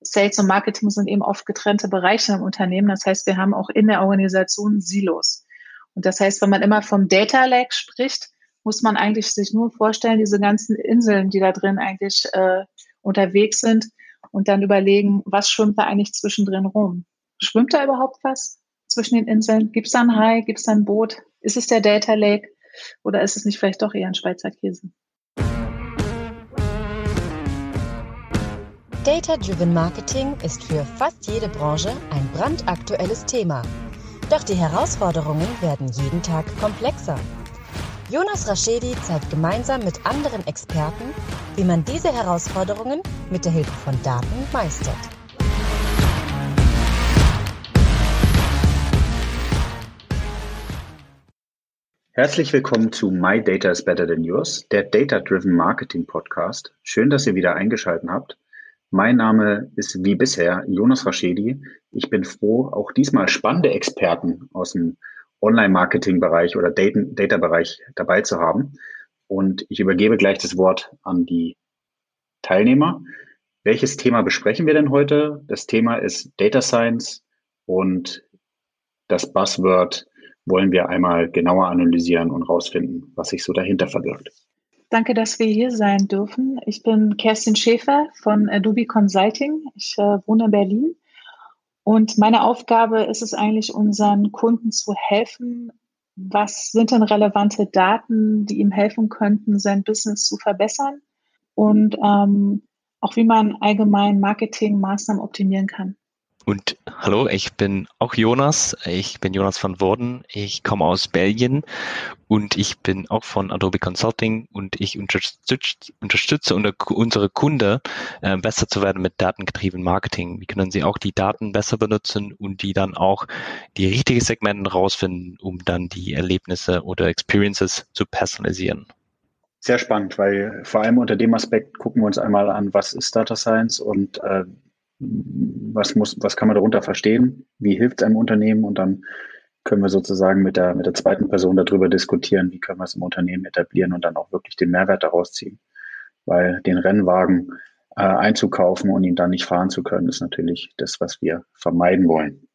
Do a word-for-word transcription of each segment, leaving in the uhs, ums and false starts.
Sales und Marketing sind eben oft getrennte Bereiche im Unternehmen. Das heißt, wir haben auch in der Organisation Silos. Und das heißt, wenn man immer vom Data Lake spricht, muss man eigentlich sich nur vorstellen, diese ganzen Inseln, die da drin eigentlich äh, unterwegs sind und dann überlegen, was schwimmt da eigentlich zwischendrin rum? Schwimmt da überhaupt was zwischen den Inseln? Gibt es da ein Hai? Gibt es da ein Boot? Ist es der Data Lake? Oder ist es nicht vielleicht doch eher ein Schweizer Käse? Data-Driven Marketing ist für fast jede Branche ein brandaktuelles Thema. Doch die Herausforderungen werden jeden Tag komplexer. Jonas Raschedi zeigt gemeinsam mit anderen Experten, wie man diese Herausforderungen mit der Hilfe von Daten meistert. Herzlich willkommen zu My Data is Better Than Yours, der Data-Driven Marketing Podcast. Schön, dass ihr wieder eingeschaltet habt. Mein Name ist wie bisher Jonas Raschedi. Ich bin froh, auch diesmal spannende Experten aus dem Online-Marketing-Bereich oder Data-Bereich dabei zu haben. Und ich übergebe gleich das Wort an die Teilnehmer. Welches Thema besprechen wir denn heute? Das Thema ist Data Science und das Buzzword wollen wir einmal genauer analysieren und rausfinden, was sich so dahinter verbirgt. Danke, dass wir hier sein dürfen. Ich bin Kerstin Schäfer von Adobe Consulting. Ich äh, wohne in Berlin und meine Aufgabe ist es eigentlich, unseren Kunden zu helfen. Was sind denn relevante Daten, die ihm helfen könnten, sein Business zu verbessern und ähm, auch wie man allgemein Marketingmaßnahmen optimieren kann. Und hallo, ich bin auch Jonas. Ich bin Jonas van Woerden. Ich komme aus Belgien und ich bin auch von Adobe Consulting und ich unterstütze, unterstütze unsere Kunden, äh, besser zu werden mit datengetrieben Marketing. Wie können sie auch die Daten besser benutzen und die dann auch die richtigen Segmente rausfinden, um dann die Erlebnisse oder Experiences zu personalisieren. Sehr spannend, weil vor allem unter dem Aspekt gucken wir uns einmal an, was ist Data Science und äh, Was muss, was kann man darunter verstehen? Wie hilft es einem Unternehmen? Und dann können wir sozusagen mit der, mit der zweiten Person darüber diskutieren, wie können wir es im Unternehmen etablieren und dann auch wirklich den Mehrwert daraus ziehen. Weil den Rennwagen äh, einzukaufen und ihn dann nicht fahren zu können, ist natürlich das, was wir vermeiden wollen.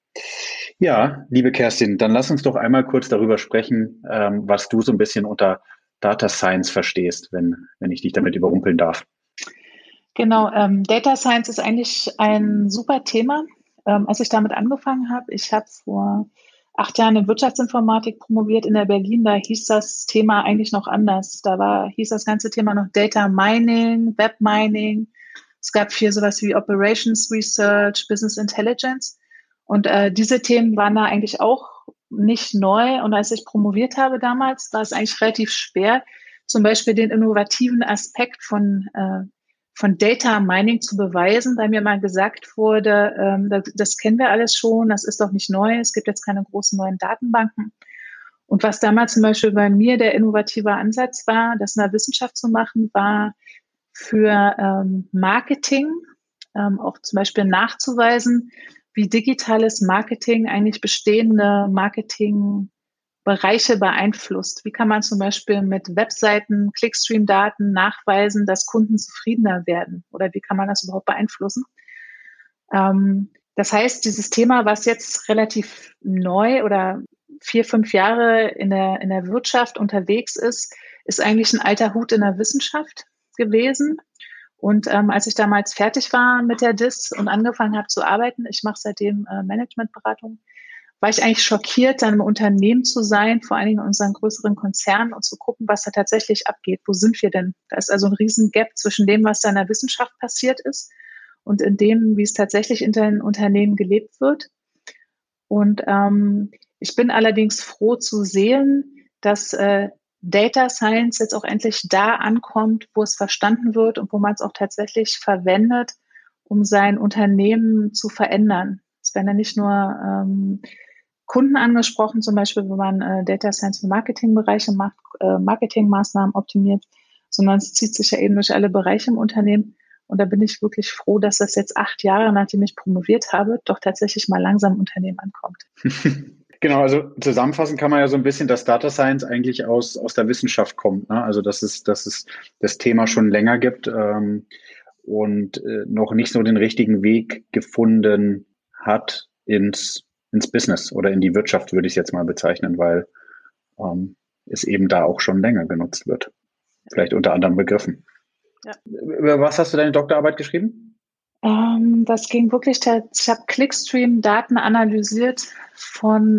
Ja, liebe Kerstin, dann lass uns doch einmal kurz darüber sprechen, ähm, was du so ein bisschen unter Data Science verstehst, wenn, wenn ich dich damit überrumpeln darf. Genau, ähm, Data Science ist eigentlich ein super Thema. Ähm, als ich damit angefangen habe, ich habe vor acht Jahren in Wirtschaftsinformatik promoviert in der Berlin, da hieß das Thema eigentlich noch anders. Da war, hieß das ganze Thema noch Data Mining, Web Mining. Es gab viel sowas wie Operations Research, Business Intelligence. Und äh, diese Themen waren da eigentlich auch nicht neu. Und als ich promoviert habe damals, war es eigentlich relativ schwer, zum Beispiel den innovativen Aspekt von äh, von Data Mining zu beweisen, weil mir mal gesagt wurde, ähm, das, das kennen wir alles schon, das ist doch nicht neu, es gibt jetzt keine großen neuen Datenbanken. Und was damals zum Beispiel bei mir der innovative Ansatz war, das in der Wissenschaft zu machen, war für ähm, Marketing ähm, auch zum Beispiel nachzuweisen, wie digitales Marketing eigentlich bestehende Marketing Bereiche beeinflusst. Wie kann man zum Beispiel mit Webseiten, Clickstream-Daten nachweisen, dass Kunden zufriedener werden? Oder wie kann man das überhaupt beeinflussen? Ähm, das heißt, dieses Thema, was jetzt relativ neu oder vier, fünf Jahre in der, in der Wirtschaft unterwegs ist, ist eigentlich ein alter Hut in der Wissenschaft gewesen. Und ähm, als ich damals fertig war mit der D I S und angefangen habe zu arbeiten, ich mache seitdem äh, Managementberatung, war ich eigentlich schockiert, dann im Unternehmen zu sein, vor allen Dingen in unseren größeren Konzernen und zu gucken, was da tatsächlich abgeht. Wo sind wir denn? Da ist also ein riesen Gap zwischen dem, was da in der Wissenschaft passiert ist und in dem, wie es tatsächlich in den Unternehmen gelebt wird. Und ähm, ich bin allerdings froh zu sehen, dass äh, Data Science jetzt auch endlich da ankommt, wo es verstanden wird und wo man es auch tatsächlich verwendet, um sein Unternehmen zu verändern. Es werden ja nicht nur ähm, Kunden angesprochen, zum Beispiel, wenn man äh, Data Science für Marketingbereiche macht, äh, Marketingmaßnahmen optimiert, sondern es zieht sich ja eben durch alle Bereiche im Unternehmen. Und da bin ich wirklich froh, dass das jetzt acht Jahre, nachdem ich promoviert habe, doch tatsächlich mal langsam im Unternehmen ankommt. Genau, also zusammenfassend kann man ja so ein bisschen, dass Data Science eigentlich aus, aus der Wissenschaft kommt, ne? Also dass es, dass es das Thema schon länger gibt. Ähm, und äh, noch nicht so den richtigen Weg gefunden hat ins, ins Business oder in die Wirtschaft, würde ich es jetzt mal bezeichnen, weil ähm, es eben da auch schon länger genutzt wird. Vielleicht unter anderen Begriffen. Ja. Über was hast du deine Doktorarbeit geschrieben? Ähm, das ging wirklich, ich habe Clickstream-Daten analysiert von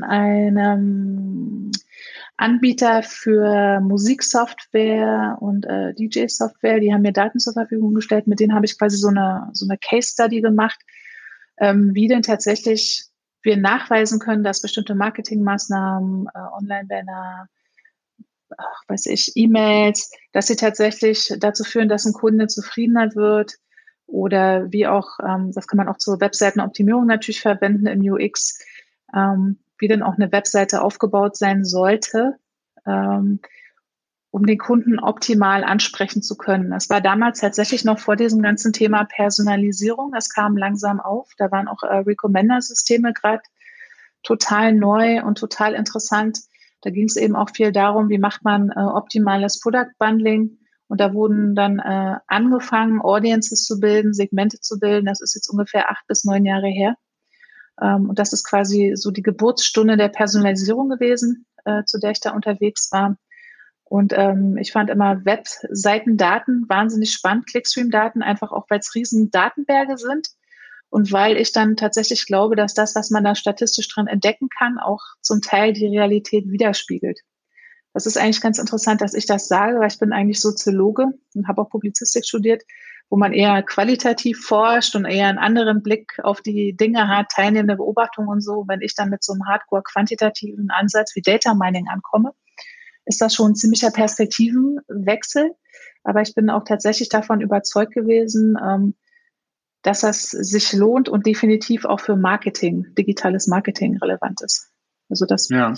einem Anbieter für Musiksoftware und äh, D J-Software. Die haben mir Daten zur Verfügung gestellt. Mit denen habe ich quasi so eine, so eine Case-Study gemacht, ähm, wie denn tatsächlich wir nachweisen können, dass bestimmte Marketingmaßnahmen, äh, Online-Banner, ach, weiß ich, E-Mails, dass sie tatsächlich dazu führen, dass ein Kunde zufriedener wird oder wie auch, ähm, das kann man auch zur Webseitenoptimierung natürlich verwenden im U X, ähm, wie denn auch eine Webseite aufgebaut sein sollte, ähm, um den Kunden optimal ansprechen zu können. Das war damals tatsächlich noch vor diesem ganzen Thema Personalisierung. Das kam langsam auf. Da waren auch äh, Recommender-Systeme gerade total neu und total interessant. Da ging es eben auch viel darum, wie macht man äh, optimales Product Bundling. Und da wurden dann äh, angefangen, Audiences zu bilden, Segmente zu bilden. Das ist jetzt ungefähr acht bis neun Jahre her. Ähm, und das ist quasi so die Geburtsstunde der Personalisierung gewesen, äh, zu der ich da unterwegs war. Und ähm, ich fand immer Webseitendaten wahnsinnig spannend, Clickstream-Daten, einfach auch, weil es riesen Datenberge sind. Und weil ich dann tatsächlich glaube, dass das, was man da statistisch dran entdecken kann, auch zum Teil die Realität widerspiegelt. Das ist eigentlich ganz interessant, dass ich das sage, weil ich bin eigentlich Soziologe und habe auch Publizistik studiert, wo man eher qualitativ forscht und eher einen anderen Blick auf die Dinge hat, teilnehmende Beobachtungen und so. Wenn ich dann mit so einem hardcore-quantitativen Ansatz wie Data Mining ankomme, ist das schon ein ziemlicher Perspektivenwechsel. Aber ich bin auch tatsächlich davon überzeugt gewesen, ähm, dass das sich lohnt und definitiv auch für Marketing, digitales Marketing relevant ist. Also das. Ja.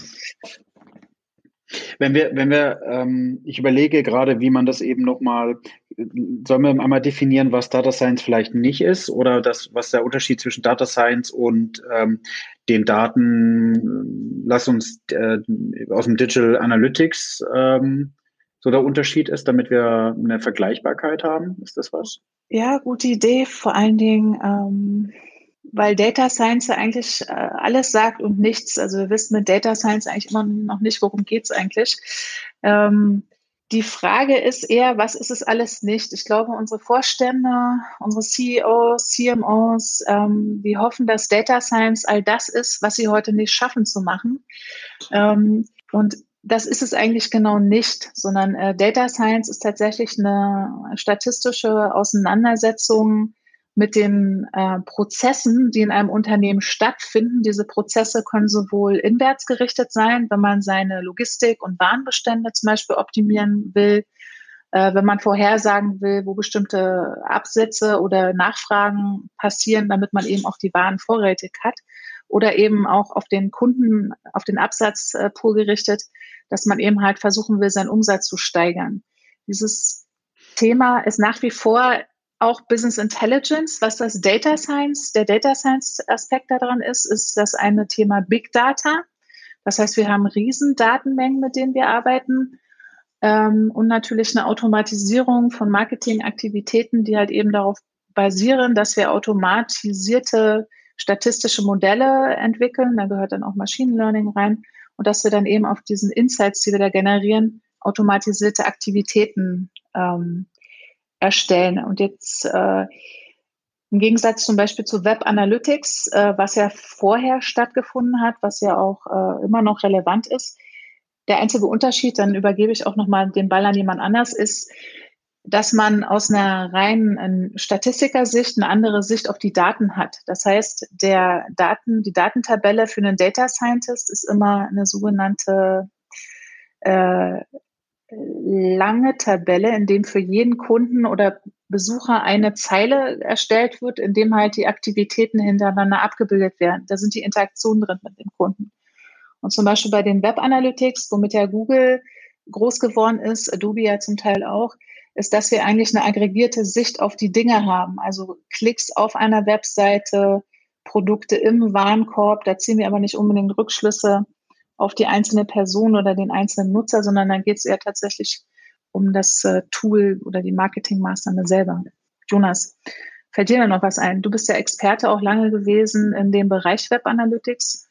Wenn wir, wenn wir, ähm, ich überlege gerade, wie man das eben nochmal, sollen wir einmal definieren, was Data Science vielleicht nicht ist oder das, was der Unterschied zwischen Data Science und ähm, den Daten, lass uns äh, aus dem Digital Analytics ähm, so der Unterschied ist, damit wir eine Vergleichbarkeit haben. Ist das was? Ja, gute Idee. Vor allen Dingen, ähm, weil Data Science ja eigentlich äh, alles sagt und nichts. Also wir wissen mit Data Science eigentlich immer noch nicht, worum geht's eigentlich. Ähm, die Frage ist eher, was ist es alles nicht? Ich glaube, unsere Vorstände, unsere C E Os, C M Os, ähm, die hoffen, dass Data Science all das ist, was sie heute nicht schaffen zu machen. Ähm, und das ist es eigentlich genau nicht, sondern äh, Data Science ist tatsächlich eine statistische Auseinandersetzung mit den äh, Prozessen, die in einem Unternehmen stattfinden. Diese Prozesse können sowohl inwärts gerichtet sein, wenn man seine Logistik und Warenbestände zum Beispiel optimieren will, äh, wenn man vorhersagen will, wo bestimmte Absätze oder Nachfragen passieren, damit man eben auch die Waren vorrätig hat, oder eben auch auf den Kunden, auf den Absatzpool gerichtet, dass man eben halt versuchen will, seinen Umsatz zu steigern. Dieses Thema ist nach wie vor auch Business Intelligence. Was das Data Science, der Data Science Aspekt daran ist, ist das eine Thema Big Data. Das heißt, wir haben riesen Datenmengen, mit denen wir arbeiten, ähm, und natürlich eine Automatisierung von Marketingaktivitäten, die halt eben darauf basieren, dass wir automatisierte statistische Modelle entwickeln. Da gehört dann auch Machine Learning rein. Und dass wir dann eben auf diesen Insights, die wir da generieren, automatisierte Aktivitäten ähm, erstellen. Und jetzt äh, im Gegensatz zum Beispiel zu Web Analytics, äh, was ja vorher stattgefunden hat, was ja auch äh, immer noch relevant ist, der einzige Unterschied, dann übergebe ich auch nochmal den Ball an jemand anders, ist, dass man aus einer reinen Statistikersicht eine andere Sicht auf die Daten hat. Das heißt, der Daten, die Datentabelle für einen Data Scientist ist immer eine sogenannte äh, lange Tabelle, in dem für jeden Kunden oder Besucher eine Zeile erstellt wird, in dem halt die Aktivitäten hintereinander abgebildet werden. Da sind die Interaktionen drin mit dem Kunden. Und zum Beispiel bei den Web Analytics, womit ja Google groß geworden ist, Adobe ja zum Teil auch, ist, dass wir eigentlich eine aggregierte Sicht auf die Dinge haben. Also Klicks auf einer Webseite, Produkte im Warenkorb, da ziehen wir aber nicht unbedingt Rückschlüsse auf die einzelne Person oder den einzelnen Nutzer, sondern dann geht es eher tatsächlich um das äh, Tool oder die Marketingmaßnahme selber. Jonas, fällt dir da noch was ein? Du bist ja Experte auch lange gewesen in dem Bereich Web Analytics.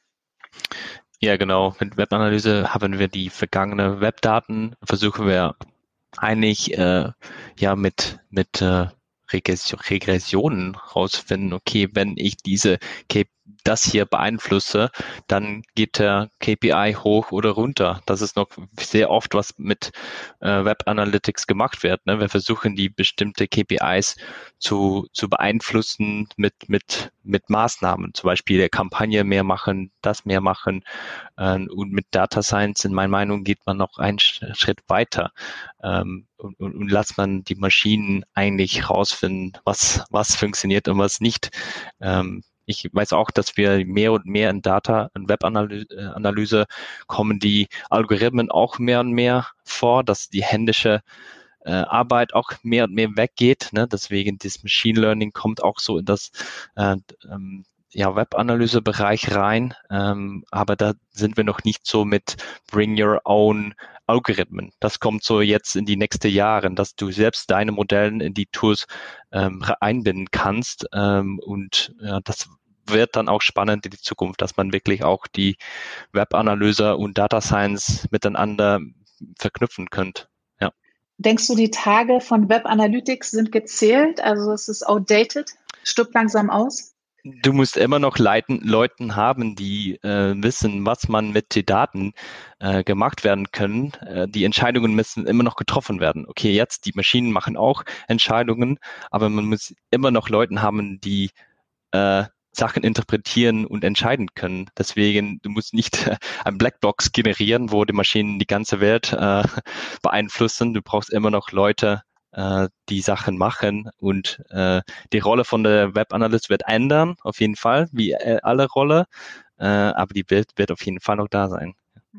Ja, genau. Mit Webanalyse haben wir die vergangenen Webdaten, versuchen wir eigentlich äh, ja mit mit äh, Regression, Regressionen rausfinden. Okay, wenn ich diese K das hier beeinflusse, dann geht der K P I hoch oder runter. Das ist noch sehr oft, was mit äh, Web Analytics gemacht wird. Ne? Wir versuchen die bestimmte K P Is zu zu beeinflussen mit mit mit Maßnahmen, zum Beispiel der Kampagne mehr machen, das mehr machen. Äh, und mit Data Science, in meiner Meinung, geht man noch einen Schritt weiter. Ähm, und, und, und lässt man die Maschinen eigentlich rausfinden, was, was funktioniert und was nicht. Ähm, ich weiß auch, dass wir mehr und mehr in Data, in Webanalyse kommen die Algorithmen auch mehr und mehr vor, dass die händische äh, Arbeit auch mehr und mehr weggeht. Ne? Deswegen das Machine Learning kommt auch so in das äh, ähm, ja, Webanalyse-Bereich rein, ähm, aber da sind wir noch nicht so mit Bring Your Own Algorithmen. Das kommt so jetzt in die nächsten Jahre, dass du selbst deine Modelle in die Tools ähm, einbinden kannst ähm, und ja, das wird dann auch spannend in die Zukunft, dass man wirklich auch die Webanalyse und Data Science miteinander verknüpfen könnt. Ja. Denkst du, die Tage von Web Analytics sind gezählt? Also es ist outdated, stirbt langsam aus? Du musst immer noch Leuten, Leuten haben, die äh, wissen, was man mit den Daten äh, gemacht werden können. Äh, die Entscheidungen müssen immer noch getroffen werden. Okay, jetzt die Maschinen machen auch Entscheidungen, aber man muss immer noch Leuten haben, die äh, Sachen interpretieren und entscheiden können. Deswegen, du musst nicht äh, ein Blackbox generieren, wo die Maschinen die ganze Welt äh, beeinflussen. Du brauchst immer noch Leute, die Sachen machen und äh, die Rolle von der Web Analyst wird ändern, auf jeden Fall, wie äh, alle Rolle, äh, aber die wird, wird auf jeden Fall noch da sein.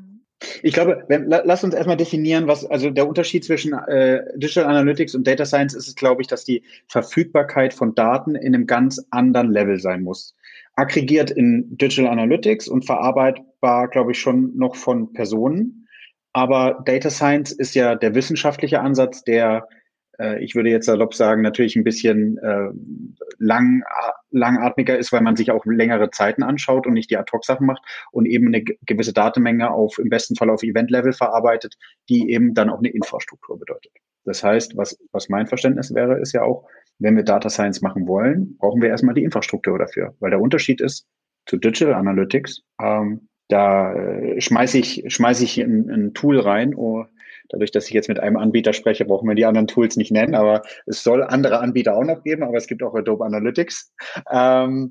Ich glaube, wenn, lass uns erstmal definieren, was, also der Unterschied zwischen äh, Digital Analytics und Data Science ist es, glaube ich, dass die Verfügbarkeit von Daten in einem ganz anderen Level sein muss. Aggregiert in Digital Analytics und verarbeitbar, glaube ich, schon noch von Personen. Aber Data Science ist ja der wissenschaftliche Ansatz, der ich würde jetzt salopp sagen, natürlich ein bisschen äh, lang, langatmiger ist, weil man sich auch längere Zeiten anschaut und nicht die Ad-Hoc-Sachen macht und eben eine gewisse Datenmenge auf, im besten Fall auf Event-Level verarbeitet, die eben dann auch eine Infrastruktur bedeutet. Das heißt, was, was mein Verständnis wäre, ist ja auch, wenn wir Data Science machen wollen, brauchen wir erstmal die Infrastruktur dafür, weil der Unterschied ist zu Digital Analytics, ähm, da äh, schmeiße ich, schmeiße ich ein, ein Tool rein, oh, dadurch, dass ich jetzt mit einem Anbieter spreche, brauchen wir die anderen Tools nicht nennen, aber es soll andere Anbieter auch noch geben, aber es gibt auch Adobe Analytics. Ähm,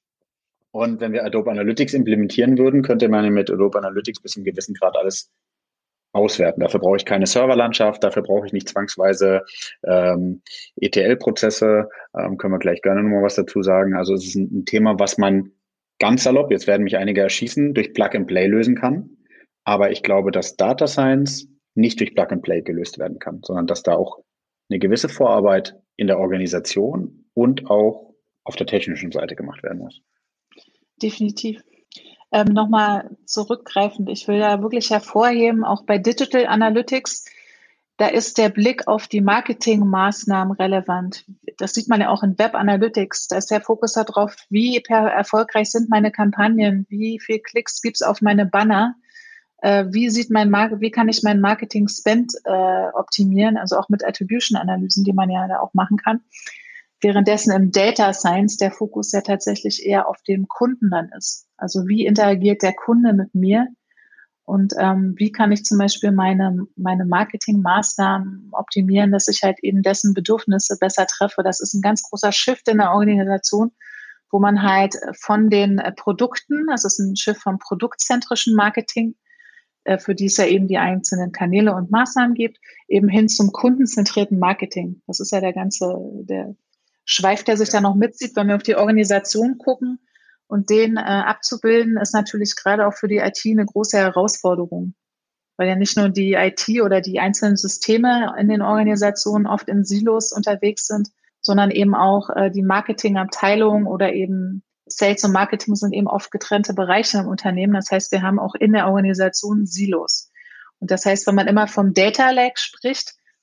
und wenn wir Adobe Analytics implementieren würden, könnte man mit Adobe Analytics bis zu einem gewissen Grad alles auswerten. Dafür brauche ich keine Serverlandschaft, dafür brauche ich nicht zwangsweise ähm, E T L-Prozesse, ähm, können wir gleich gerne nochmal was dazu sagen. Also es ist ein, ein Thema, was man ganz salopp, jetzt werden mich einige erschießen, durch Plug-and-Play lösen kann. Aber ich glaube, dass Data Science nicht durch Plug-and-Play gelöst werden kann, sondern dass da auch eine gewisse Vorarbeit in der Organisation und auch auf der technischen Seite gemacht werden muss. Definitiv. Ähm, Nochmal zurückgreifend, ich will da wirklich hervorheben, auch bei Digital Analytics, da ist der Blick auf die Marketingmaßnahmen relevant. Das sieht man ja auch in Web Analytics. Da ist der Fokus darauf, wie erfolgreich sind meine Kampagnen, wie viel Klicks gibt es auf meine Banner. Wie sieht mein Market, wie kann ich meinen Marketing-Spend äh, optimieren, also auch mit Attribution-Analysen, die man ja da auch machen kann. Währenddessen im Data Science der Fokus ja tatsächlich eher auf dem Kunden dann ist. Also wie interagiert der Kunde mit mir und ähm, wie kann ich zum Beispiel meine, meine Marketing-Maßnahmen optimieren, dass ich halt eben dessen Bedürfnisse besser treffe. Das ist ein ganz großer Shift in der Organisation, wo man halt von den Produkten, das ist ein Shift vom produktzentrischen Marketing, für die es ja eben die einzelnen Kanäle und Maßnahmen gibt, eben hin zum kundenzentrierten Marketing. Das ist ja der ganze, der Schweif, der sich da noch mitzieht, wenn wir auf die Organisation gucken. Und den äh, abzubilden, ist natürlich gerade auch für die I T eine große Herausforderung. Weil ja nicht nur die I T oder die einzelnen Systeme in den Organisationen oft in Silos unterwegs sind, sondern eben auch äh, die Marketingabteilung oder eben Sales und Marketing sind eben oft getrennte Bereiche im Unternehmen. Das heißt, wir haben auch in der Organisation Silos. Und das heißt, wenn man immer vom Data Lake spricht,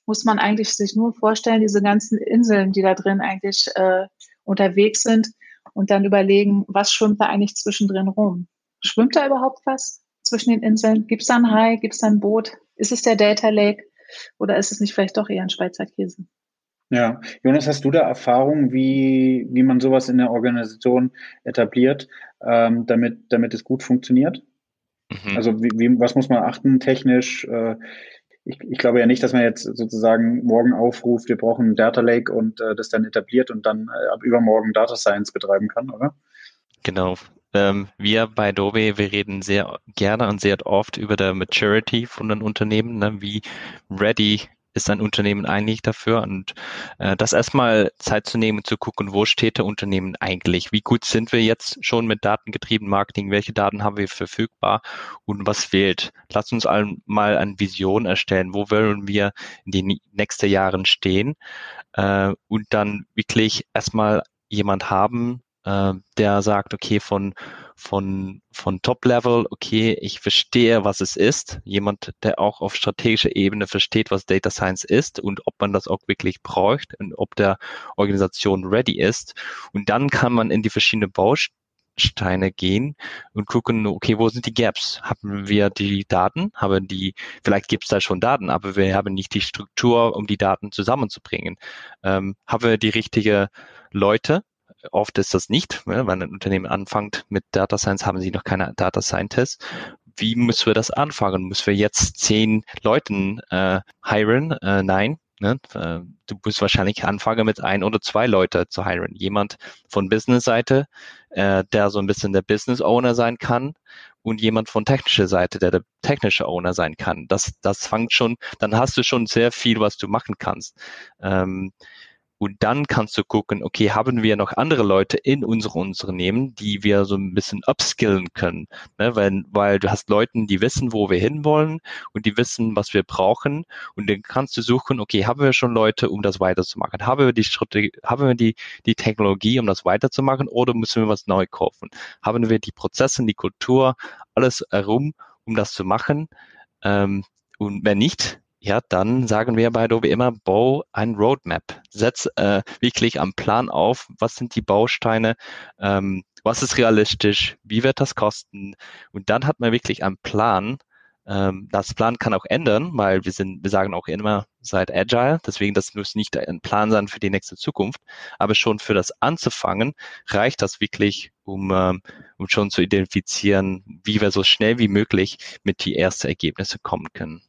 muss man eigentlich sich nur vorstellen, diese ganzen Inseln, die da drin eigentlich äh, unterwegs sind und dann überlegen, was schwimmt da eigentlich zwischendrin rum? Schwimmt da überhaupt was zwischen den Inseln? Gibt es da ein Hai? Gibt es da ein Boot? Ist es der Data Lake? Oder ist es nicht vielleicht doch eher ein Schweizer Käse? Ja, Jonas, hast du da Erfahrung, wie, wie man sowas in der Organisation etabliert, ähm, damit, damit es gut funktioniert? Mhm. Also wie, wie, was muss man achten technisch? Äh, ich, ich glaube ja nicht, dass man jetzt sozusagen morgen aufruft, wir brauchen einen Data Lake und äh, das dann etabliert und dann äh, ab übermorgen Data Science betreiben kann, oder? Genau. Ähm, wir bei Adobe, wir reden sehr gerne und sehr oft über der Maturity von den Unternehmen, ne? Wie ready ist ein Unternehmen eigentlich dafür? Und äh, das erstmal Zeit zu nehmen und zu gucken, wo steht der Unternehmen eigentlich? Wie gut sind wir jetzt schon mit datengetriebenem Marketing? Welche Daten haben wir verfügbar? Und was fehlt? Lass uns mal eine Vision erstellen. Wo wollen wir in den nächsten Jahren stehen? Äh, und dann wirklich erstmal jemand haben, der sagt, okay, von, von, von Top-Level, okay, ich verstehe, was es ist. Jemand, der auch auf strategischer Ebene versteht, was Data Science ist und ob man das auch wirklich braucht und ob der Organisation ready ist. Und dann kann man in die verschiedenen Bausteine gehen und gucken, okay, wo sind die Gaps? Haben wir die Daten? Haben die, vielleicht gibt es da schon Daten, aber wir haben nicht die Struktur, um die Daten zusammenzubringen. Ähm, haben wir die richtigen Leute? Oft ist das nicht, wenn ein Unternehmen anfängt mit Data Science, haben sie noch keine Data Scientists. Wie müssen wir das anfangen? Müssen wir jetzt zehn Leuten äh, hiren? Äh, nein. Ne? Äh, du musst wahrscheinlich anfangen mit ein oder zwei Leute zu hiren. Jemand von Business-Seite, äh, der so ein bisschen der Business-Owner sein kann und jemand von technischer Seite, der der technische Owner sein kann. Das, das fängt schon, dann hast du schon sehr viel, was du machen kannst. Ähm, Und dann kannst du gucken, okay, haben wir noch andere Leute in unserem Unternehmen, die wir so ein bisschen upskillen können, ne? Weil, weil du hast Leute, die wissen, wo wir hinwollen und die wissen, was wir brauchen. Und dann kannst du suchen, okay, haben wir schon Leute, um das weiterzumachen? Haben wir die Strategie, haben wir die, die Technologie, um das weiterzumachen, oder müssen wir was neu kaufen? Haben wir die Prozesse, die Kultur, alles herum, um das zu machen? Ähm, und wenn nicht, ja, dann sagen wir bei Adobe immer, bau ein Roadmap. Setz äh, wirklich am Plan auf, was sind die Bausteine, ähm, was ist realistisch, wie wird das kosten? Und dann hat man wirklich einen Plan. Ähm, das Plan kann auch ändern, weil wir sind, wir sagen auch immer, seid agile. Deswegen, das muss nicht ein Plan sein für die nächste Zukunft. Aber schon für das anzufangen, reicht das wirklich, um, ähm, um schon zu identifizieren, wie wir so schnell wie möglich mit die ersten Ergebnisse kommen können.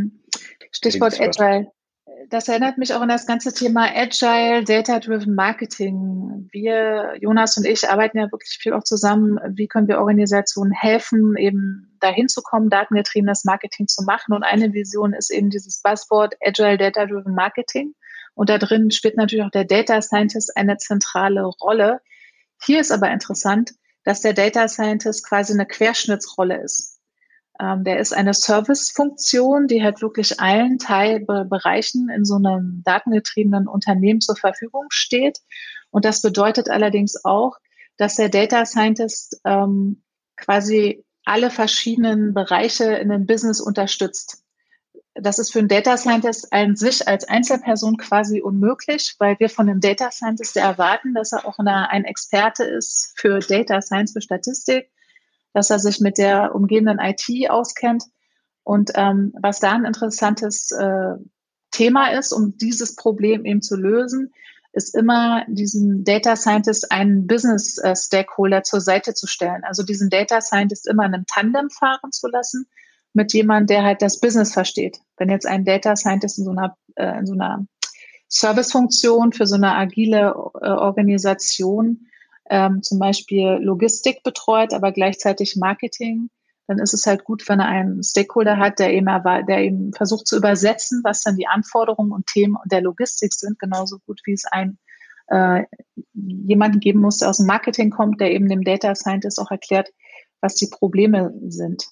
Stichwort Agile. Das erinnert mich auch an das ganze Thema Agile, Data-Driven Marketing. Wir, Jonas und ich, arbeiten ja wirklich viel auch zusammen. Wie können wir Organisationen helfen, eben dahin zu kommen, datengetriebenes Marketing zu machen? Und eine Vision ist eben dieses Buzzword Agile, Data-Driven Marketing. Und da drin spielt natürlich auch der Data Scientist eine zentrale Rolle. Hier ist aber interessant, dass der Data Scientist quasi eine Querschnittsrolle ist. Ähm, der ist eine Servicefunktion, die halt wirklich allen Teilbereichen in so einem datengetriebenen Unternehmen zur Verfügung steht. Und das bedeutet allerdings auch, dass der Data Scientist ähm, quasi alle verschiedenen Bereiche in einem Business unterstützt. Das ist für einen Data Scientist an sich als Einzelperson quasi unmöglich, weil wir von einem Data Scientist erwarten, dass er auch eine, ein Experte ist für Data Science, für Statistik, dass er sich mit der umgebenden I T auskennt. Und ähm, was da ein interessantes äh, Thema ist, um dieses Problem eben zu lösen, ist immer diesen Data Scientist einen Business äh, Stakeholder zur Seite zu stellen. Also diesen Data Scientist immer in einem Tandem fahren zu lassen mit jemandem, der halt das Business versteht. Wenn jetzt ein Data Scientist in so einer, äh, in so einer Servicefunktion für so eine agile äh, Organisation Ähm, zum Beispiel Logistik betreut, aber gleichzeitig Marketing, dann ist es halt gut, wenn er einen Stakeholder hat, der eben, der eben versucht zu übersetzen, was dann die Anforderungen und Themen der Logistik sind, genauso gut wie es ein äh, jemanden geben muss, der aus dem Marketing kommt, der eben dem Data Scientist auch erklärt, was die Probleme sind.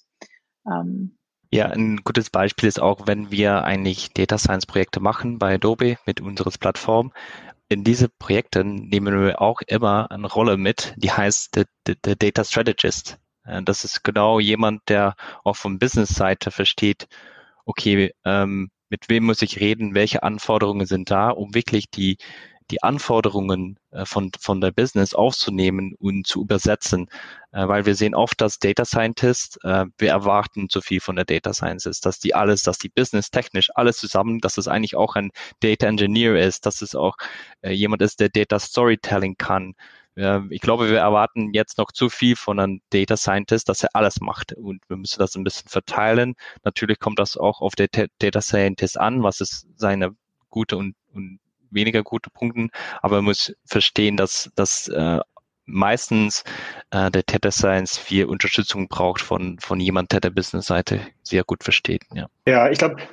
Ähm, Ja, ein gutes Beispiel ist auch, wenn wir eigentlich Data Science Projekte machen bei Adobe mit unserer Plattform. In diese Projekte nehmen wir auch immer eine Rolle mit, die heißt der, der, der Data Strategist. Das ist genau jemand, der auch von Business-Seite versteht, okay, ähm, mit wem muss ich reden, welche Anforderungen sind da, um wirklich die die Anforderungen äh, von, von der Business aufzunehmen und zu übersetzen, äh, weil wir sehen oft, dass Data Scientists, äh, wir erwarten zu viel von der Data Scientist, dass die alles, dass die Business technisch alles zusammen, dass es eigentlich auch ein Data Engineer ist, dass es auch äh, jemand ist, der Data Storytelling kann. Äh, ich glaube, wir erwarten jetzt noch zu viel von einem Data Scientist, dass er alles macht und wir müssen das ein bisschen verteilen. Natürlich kommt das auch auf der Data Scientist an, was ist seine gute und, und weniger gute Punkte, aber man muss verstehen, dass, dass äh, meistens äh, der Data Science viel Unterstützung braucht von, von jemand, der der Business-Seite sehr gut versteht. Ja, ja ich glaube,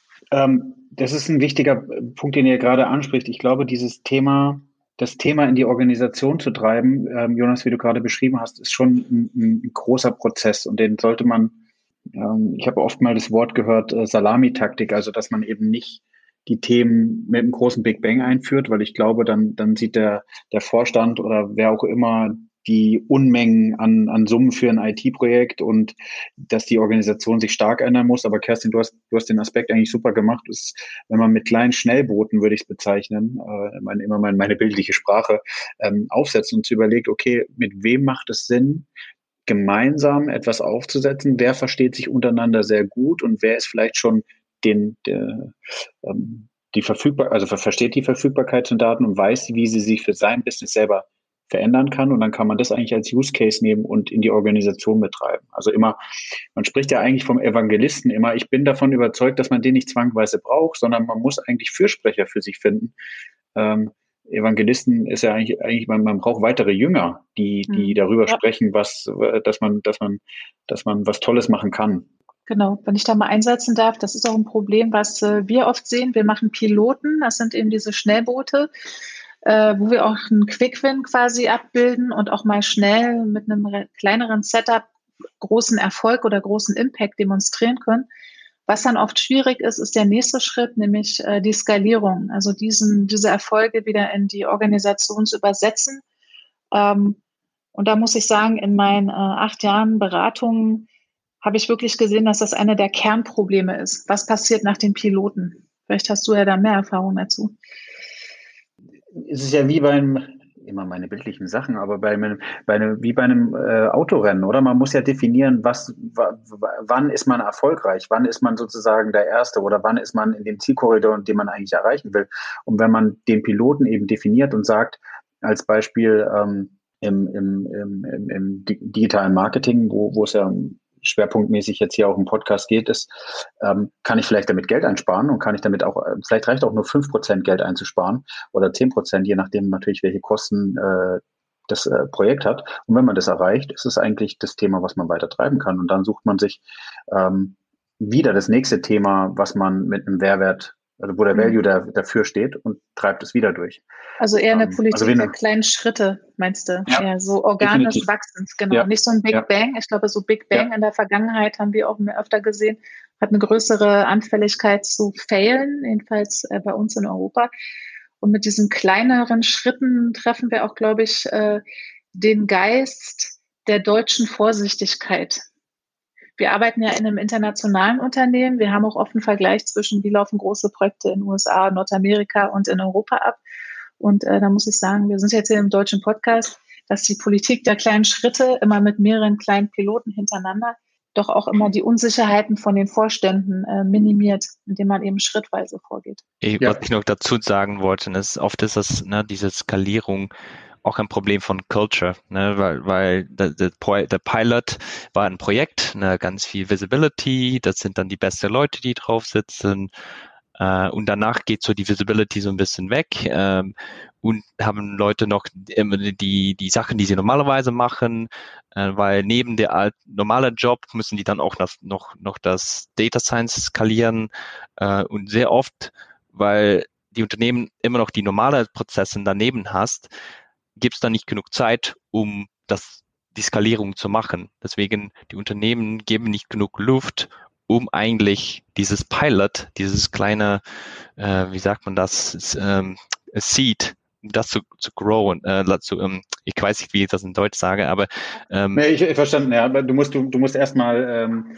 ähm, das ist ein wichtiger Punkt, den ihr gerade anspricht. Ich glaube, dieses Thema, das Thema in die Organisation zu treiben, ähm, Jonas, wie du gerade beschrieben hast, ist schon ein, ein großer Prozess und den sollte man, ähm, ich habe oft mal das Wort gehört, äh, Salamitaktik, also dass man eben nicht die Themen mit einem großen Big Bang einführt, weil ich glaube, dann, dann sieht der, der Vorstand oder wer auch immer die Unmengen an, an Summen für ein I T-Projekt und dass die Organisation sich stark ändern muss. Aber Kerstin, du hast, du hast den Aspekt eigentlich super gemacht. Das ist, wenn man mit kleinen Schnellbooten, würde ich es bezeichnen, äh, meine, immer meine, meine bildliche Sprache, ähm, aufsetzt und zu überlegt, okay, mit wem macht es Sinn, gemeinsam etwas aufzusetzen? Wer versteht sich untereinander sehr gut und wer ist vielleicht schon den, der, ähm, die verfügbar, also versteht die Verfügbarkeit von Daten und weiß, wie sie sich für sein Business selber verändern kann. Und dann kann man das eigentlich als Use Case nehmen und in die Organisation betreiben. Also immer, man spricht ja eigentlich vom Evangelisten immer. Ich bin davon überzeugt, dass man den nicht zwangsweise braucht, sondern man muss eigentlich Fürsprecher für sich finden. Ähm, Evangelisten ist ja eigentlich, eigentlich man, man braucht weitere Jünger, die, die darüber ja. sprechen, was, dass man, dass man, dass man was Tolles machen kann. Genau, wenn ich da mal einsetzen darf, das ist auch ein Problem, was äh, wir oft sehen. Wir machen Piloten, das sind eben diese Schnellboote, äh, wo wir auch einen Quick-Win quasi abbilden und auch mal schnell mit einem re- kleineren Setup großen Erfolg oder großen Impact demonstrieren können. Was dann oft schwierig ist, ist der nächste Schritt, nämlich äh, die Skalierung, also diesen, diese Erfolge wieder in die Organisation zu übersetzen. Ähm, und da muss ich sagen, in meinen äh, acht Jahren Beratungen habe ich wirklich gesehen, dass das eine der Kernprobleme ist. Was passiert nach den Piloten? Vielleicht hast du ja da mehr Erfahrung dazu. Es ist ja wie beim, immer meine bildlichen Sachen, aber bei einem, bei einem, wie bei einem äh, Autorennen, oder? Man muss ja definieren, was, w- wann ist man erfolgreich, wann ist man sozusagen der Erste oder wann ist man in dem Zielkorridor, den man eigentlich erreichen will. Und wenn man den Piloten eben definiert und sagt, als Beispiel ähm, im, im, im, im, im digitalen Marketing, wo, wo es ja schwerpunktmäßig jetzt hier auch im Podcast geht, ist, ähm, kann ich vielleicht damit Geld einsparen und kann ich damit auch, vielleicht reicht auch nur fünf Prozent Geld einzusparen oder zehn Prozent, je nachdem natürlich, welche Kosten äh, das äh, Projekt hat. Und wenn man das erreicht, ist es eigentlich das Thema, was man weiter treiben kann. Und dann sucht man sich ähm, wieder das nächste Thema, was man mit einem Mehrwert, also wo der mhm. Value da, dafür steht und treibt es wieder durch. Also eher eine ähm, Politik also der kleinen Schritte, meinst du? Ja, eher so organisch definitiv. Wachsens, genau. Ja. Nicht so ein Big Ja. Bang. Ich glaube, so Big Bang Ja. in der Vergangenheit haben wir auch mehr öfter gesehen, hat eine größere Anfälligkeit zu failen, jedenfalls äh, bei uns in Europa. Und mit diesen kleineren Schritten treffen wir auch, glaube ich, äh, den Geist der deutschen Vorsichtigkeit. Wir arbeiten ja in einem internationalen Unternehmen. Wir haben auch oft einen Vergleich zwischen, wie laufen große Projekte in den U S A, Nordamerika und in Europa ab. Und äh, da muss ich sagen, wir sind jetzt hier im deutschen Podcast, dass die Politik der kleinen Schritte immer mit mehreren kleinen Piloten hintereinander doch auch immer die Unsicherheiten von den Vorständen äh, minimiert, indem man eben schrittweise vorgeht. Ich, Ja. Was ich noch dazu sagen wollte, ist, oft ist das, ne, diese Skalierung auch ein Problem von Culture, ne, weil, weil der, der, der Pilot war ein Projekt, ne, ganz viel Visibility, das sind dann die besten Leute, die drauf sitzen, äh, und danach geht so die Visibility so ein bisschen weg, ähm, und haben Leute noch die, die Sachen, die sie normalerweise machen, äh, weil neben der alt, normalen Job müssen die dann auch noch, noch, noch das Data Science skalieren, äh, und sehr oft, weil die Unternehmen immer noch die normalen Prozesse daneben hast, gibt es da nicht genug Zeit, um das, die Skalierung zu machen. Deswegen, die Unternehmen geben nicht genug Luft, um eigentlich dieses Pilot, dieses kleine, äh, wie sagt man das, ist, ähm, Seed, um das zu, zu growen, äh, zu, ähm, ich weiß nicht, wie ich das in Deutsch sage, aber ähm, Nee, ich, ich verstanden, ja, aber du musst, du, du musst erstmal ähm,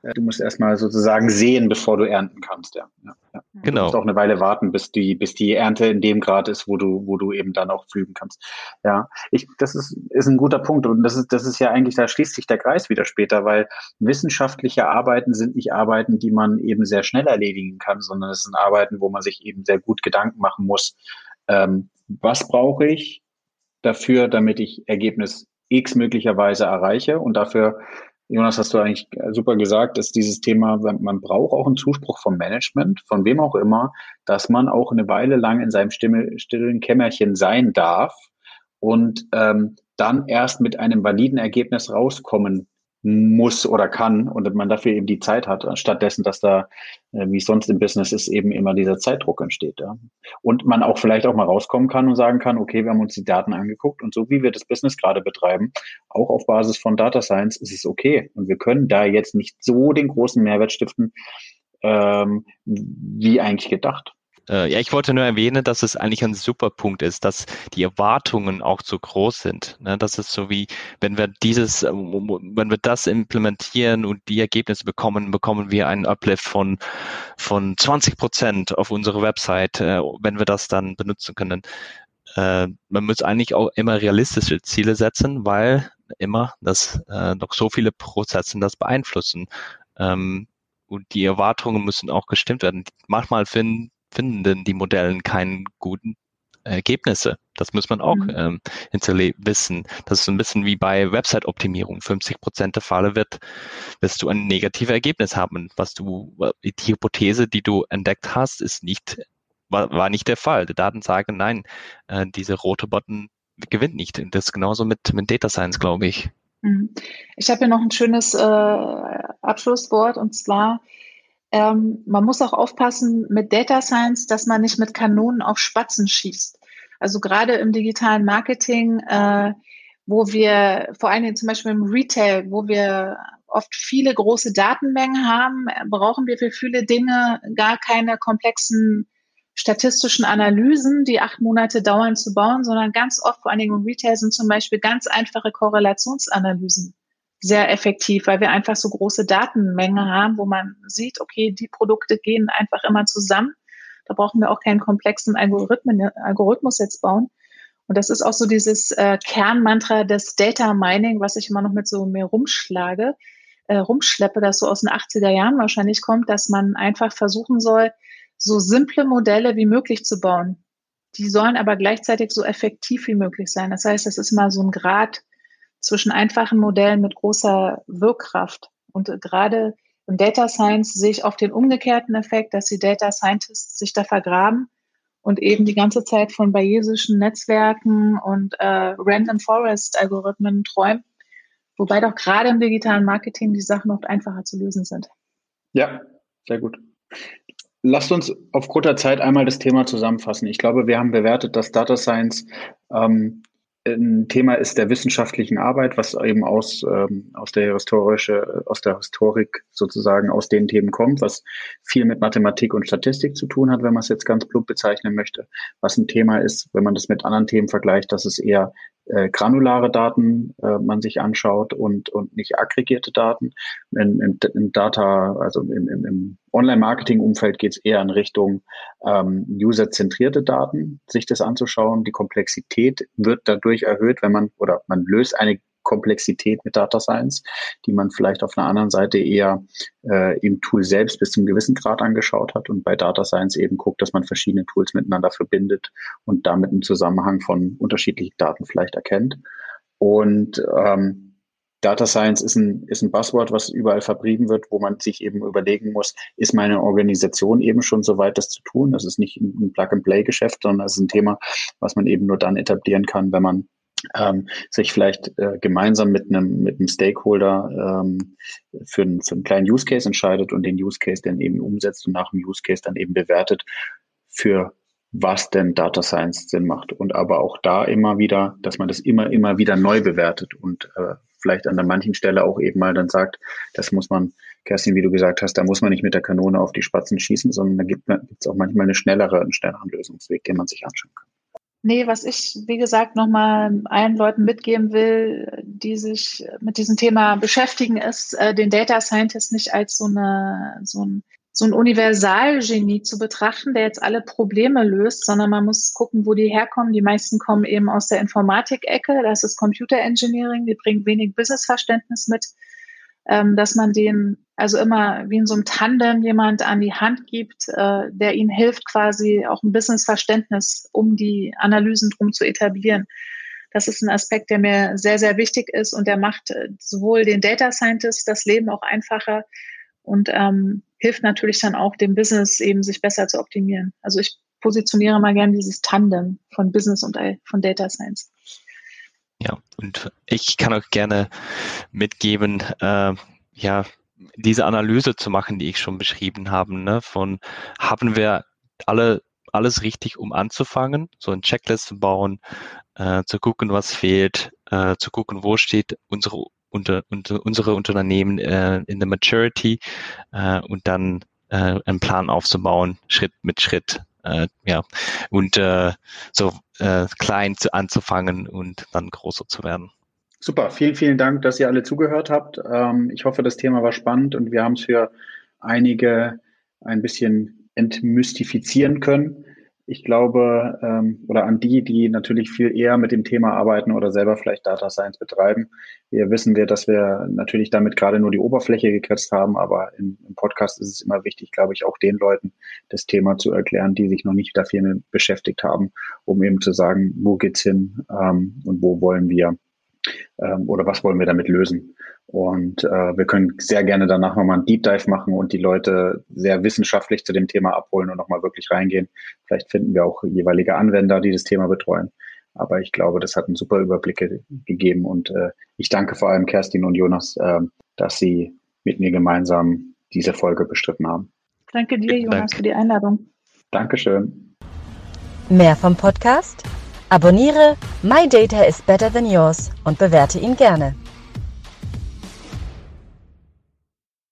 Du musst erstmal sozusagen sehen, bevor du ernten kannst, ja. ja, ja. Genau. Du musst auch eine Weile warten, bis die, bis die Ernte in dem Grad ist, wo du, wo du eben dann auch pflügen kannst. Ja, ich, das ist, ist ein guter Punkt. Und das ist, das ist ja eigentlich, da schließt sich der Kreis wieder später, weil wissenschaftliche Arbeiten sind nicht Arbeiten, die man eben sehr schnell erledigen kann, sondern es sind Arbeiten, wo man sich eben sehr gut Gedanken machen muss. Ähm, was brauche ich dafür, damit ich Ergebnis X möglicherweise erreiche? Und dafür, Jonas, hast du eigentlich super gesagt, ist dieses Thema, man braucht auch einen Zuspruch vom Management, von wem auch immer, dass man auch eine Weile lang in seinem stimme, stillen Kämmerchen sein darf und ähm, dann erst mit einem validen Ergebnis rauskommen muss oder kann und man dafür eben die Zeit hat, stattdessen, dass da, äh, wie es sonst im Business ist, eben immer dieser Zeitdruck entsteht. Ja. Und man auch vielleicht auch mal rauskommen kann und sagen kann, okay, wir haben uns die Daten angeguckt und so wie wir das Business gerade betreiben, auch auf Basis von Data Science ist es okay. Und wir können da jetzt nicht so den großen Mehrwert stiften, ähm, wie eigentlich gedacht. Ja, ich wollte nur erwähnen, dass es eigentlich ein super Punkt ist, dass die Erwartungen auch so groß sind. Das ist so wie, wenn wir dieses, wenn wir das implementieren und die Ergebnisse bekommen, bekommen wir einen Uplift von, von zwanzig Prozent auf unserer Website, wenn wir das dann benutzen können. Man muss eigentlich auch immer realistische Ziele setzen, weil immer das noch so viele Prozesse das beeinflussen. Und die Erwartungen müssen auch gestimmt werden. Manchmal finden finden die Modellen keine guten Ergebnisse. Das muss man auch mhm. ähm, wissen. Das ist ein bisschen wie bei Website-Optimierung. fünfzig Prozent der Fälle wird, wirst du ein negatives Ergebnis haben. Was du, die Hypothese, die du entdeckt hast, ist nicht, war, war nicht der Fall. Die Daten sagen, nein, äh, diese rote Button gewinnt nicht. Und das ist genauso mit, mit Data Science, glaube ich. Ich habe hier noch ein schönes äh, Abschlusswort und zwar, Ähm, man muss auch aufpassen mit Data Science, dass man nicht mit Kanonen auf Spatzen schießt. Also gerade im digitalen Marketing, äh, wo wir vor allen Dingen zum Beispiel im Retail, wo wir oft viele große Datenmengen haben, brauchen wir für viele Dinge gar keine komplexen statistischen Analysen, die acht Monate dauern zu bauen, sondern ganz oft, vor allen Dingen im Retail, sind zum Beispiel ganz einfache Korrelationsanalysen sehr effektiv, weil wir einfach so große Datenmengen haben, wo man sieht, okay, die Produkte gehen einfach immer zusammen. Da brauchen wir auch keinen komplexen Algorithmen, Algorithmus jetzt bauen. Und das ist auch so dieses äh, Kernmantra des Data Mining, was ich immer noch mit so mir rumschlage, äh, rumschleppe, das so aus den achtziger Jahren wahrscheinlich kommt, dass man einfach versuchen soll, so simple Modelle wie möglich zu bauen. Die sollen aber gleichzeitig so effektiv wie möglich sein. Das heißt, das ist mal so ein Grad zwischen einfachen Modellen mit großer Wirkkraft. Und gerade im Data Science sehe ich oft den umgekehrten Effekt, dass die Data Scientists sich da vergraben und eben die ganze Zeit von bayesischen Netzwerken und äh, Random Forest Algorithmen träumen, wobei doch gerade im digitalen Marketing die Sachen oft einfacher zu lösen sind. Ja, sehr gut. Lasst uns aufgrund der Zeit einmal das Thema zusammenfassen. Ich glaube, wir haben bewertet, dass Data Science ähm, ein Thema ist der wissenschaftlichen Arbeit, was eben aus, ähm, aus der historische, aus der Historik sozusagen aus den Themen kommt, was viel mit Mathematik und Statistik zu tun hat, wenn man es jetzt ganz plump bezeichnen möchte. Was ein Thema ist, wenn man das mit anderen Themen vergleicht, dass es eher äh, granulare Daten äh, man sich anschaut und, und nicht aggregierte Daten. In, in, in Data, also im, im, im Online-Marketing-Umfeld geht es eher in Richtung ähm, userzentrierte Daten, sich das anzuschauen. Die Komplexität wird dadurch erhöht, wenn man, oder man löst eine Komplexität mit Data Science, die man vielleicht auf einer anderen Seite eher äh, im Tool selbst bis zum gewissen Grad angeschaut hat und bei Data Science eben guckt, dass man verschiedene Tools miteinander verbindet und damit einen Zusammenhang von unterschiedlichen Daten vielleicht erkennt. Und ähm, Data Science ist ein, ist ein Buzzword, was überall vertrieben wird, wo man sich eben überlegen muss, ist meine Organisation eben schon so weit, das zu tun? Das ist nicht ein Plug-and-Play-Geschäft, sondern es ist ein Thema, was man eben nur dann etablieren kann, wenn man ähm, sich vielleicht äh, gemeinsam mit einem mit einem Stakeholder ähm, für, einen, für einen kleinen Use Case entscheidet und den Use Case dann eben umsetzt und nach dem Use Case dann eben bewertet, für was denn Data Science Sinn macht. Und aber auch da immer wieder, dass man das immer, immer wieder neu bewertet und äh, vielleicht an der manchen Stelle auch eben mal dann sagt, das muss man, Kerstin, wie du gesagt hast, da muss man nicht mit der Kanone auf die Spatzen schießen, sondern da gibt es auch manchmal eine schnellere, einen schnelleren Lösungsweg, den man sich anschauen kann. Nee, was ich, wie gesagt, nochmal allen Leuten mitgeben will, die sich mit diesem Thema beschäftigen, ist, äh, den Data Scientist nicht als so eine, so ein, so ein Universalgenie zu betrachten, der jetzt alle Probleme löst, sondern man muss gucken, wo die herkommen. Die meisten kommen eben aus der Informatik-Ecke, das ist Computer Engineering, die bringen wenig Businessverständnis mit, ähm, dass man denen also immer wie in so einem Tandem jemand an die Hand gibt, äh, der ihnen hilft, quasi auch ein Businessverständnis, um die Analysen drum zu etablieren. Das ist ein Aspekt, der mir sehr, sehr wichtig ist und der macht äh, sowohl den Data Scientist das Leben auch einfacher und ähm, hilft natürlich dann auch dem Business eben, sich besser zu optimieren. Also ich positioniere mal gerne dieses Tandem von Business und von Data Science. Ja, und ich kann auch gerne mitgeben, äh, ja, diese Analyse zu machen, die ich schon beschrieben habe, ne, von haben wir alle alles richtig, um anzufangen, so eine Checkliste bauen, äh, zu gucken, was fehlt, äh, zu gucken, wo steht unsere unter, unter unsere Unternehmen äh, in der Maturity äh, und dann äh, einen Plan aufzubauen, Schritt mit Schritt. Äh, ja, und äh, so äh, klein zu, anzufangen und dann größer zu werden. Super, vielen, vielen Dank, dass ihr alle zugehört habt. Ähm, ich hoffe, das Thema war spannend und wir haben es für einige ein bisschen entmystifizieren können. Ich glaube, ähm, oder an die, die natürlich viel eher mit dem Thema arbeiten oder selber vielleicht Data Science betreiben. Wir wissen wir, dass wir natürlich damit gerade nur die Oberfläche gekratzt haben, aber im, im Podcast ist es immer wichtig, glaube ich, auch den Leuten das Thema zu erklären, die sich noch nicht dafür beschäftigt haben, um eben zu sagen, wo geht's hin ähm, und wo wollen wir ähm, oder was wollen wir damit lösen. Und äh, wir können sehr gerne danach nochmal einen Deep Dive machen und die Leute sehr wissenschaftlich zu dem Thema abholen und nochmal wirklich reingehen. Vielleicht finden wir auch jeweilige Anwender, die das Thema betreuen. Aber ich glaube, das hat einen super Überblick ge- gegeben. Und äh, ich danke vor allem Kerstin und Jonas, äh, dass sie mit mir gemeinsam diese Folge bestritten haben. Danke dir, Jonas, Danke. für die Einladung. Dankeschön. Mehr vom Podcast? Abonniere My Data is Better Than Yours und bewerte ihn gerne.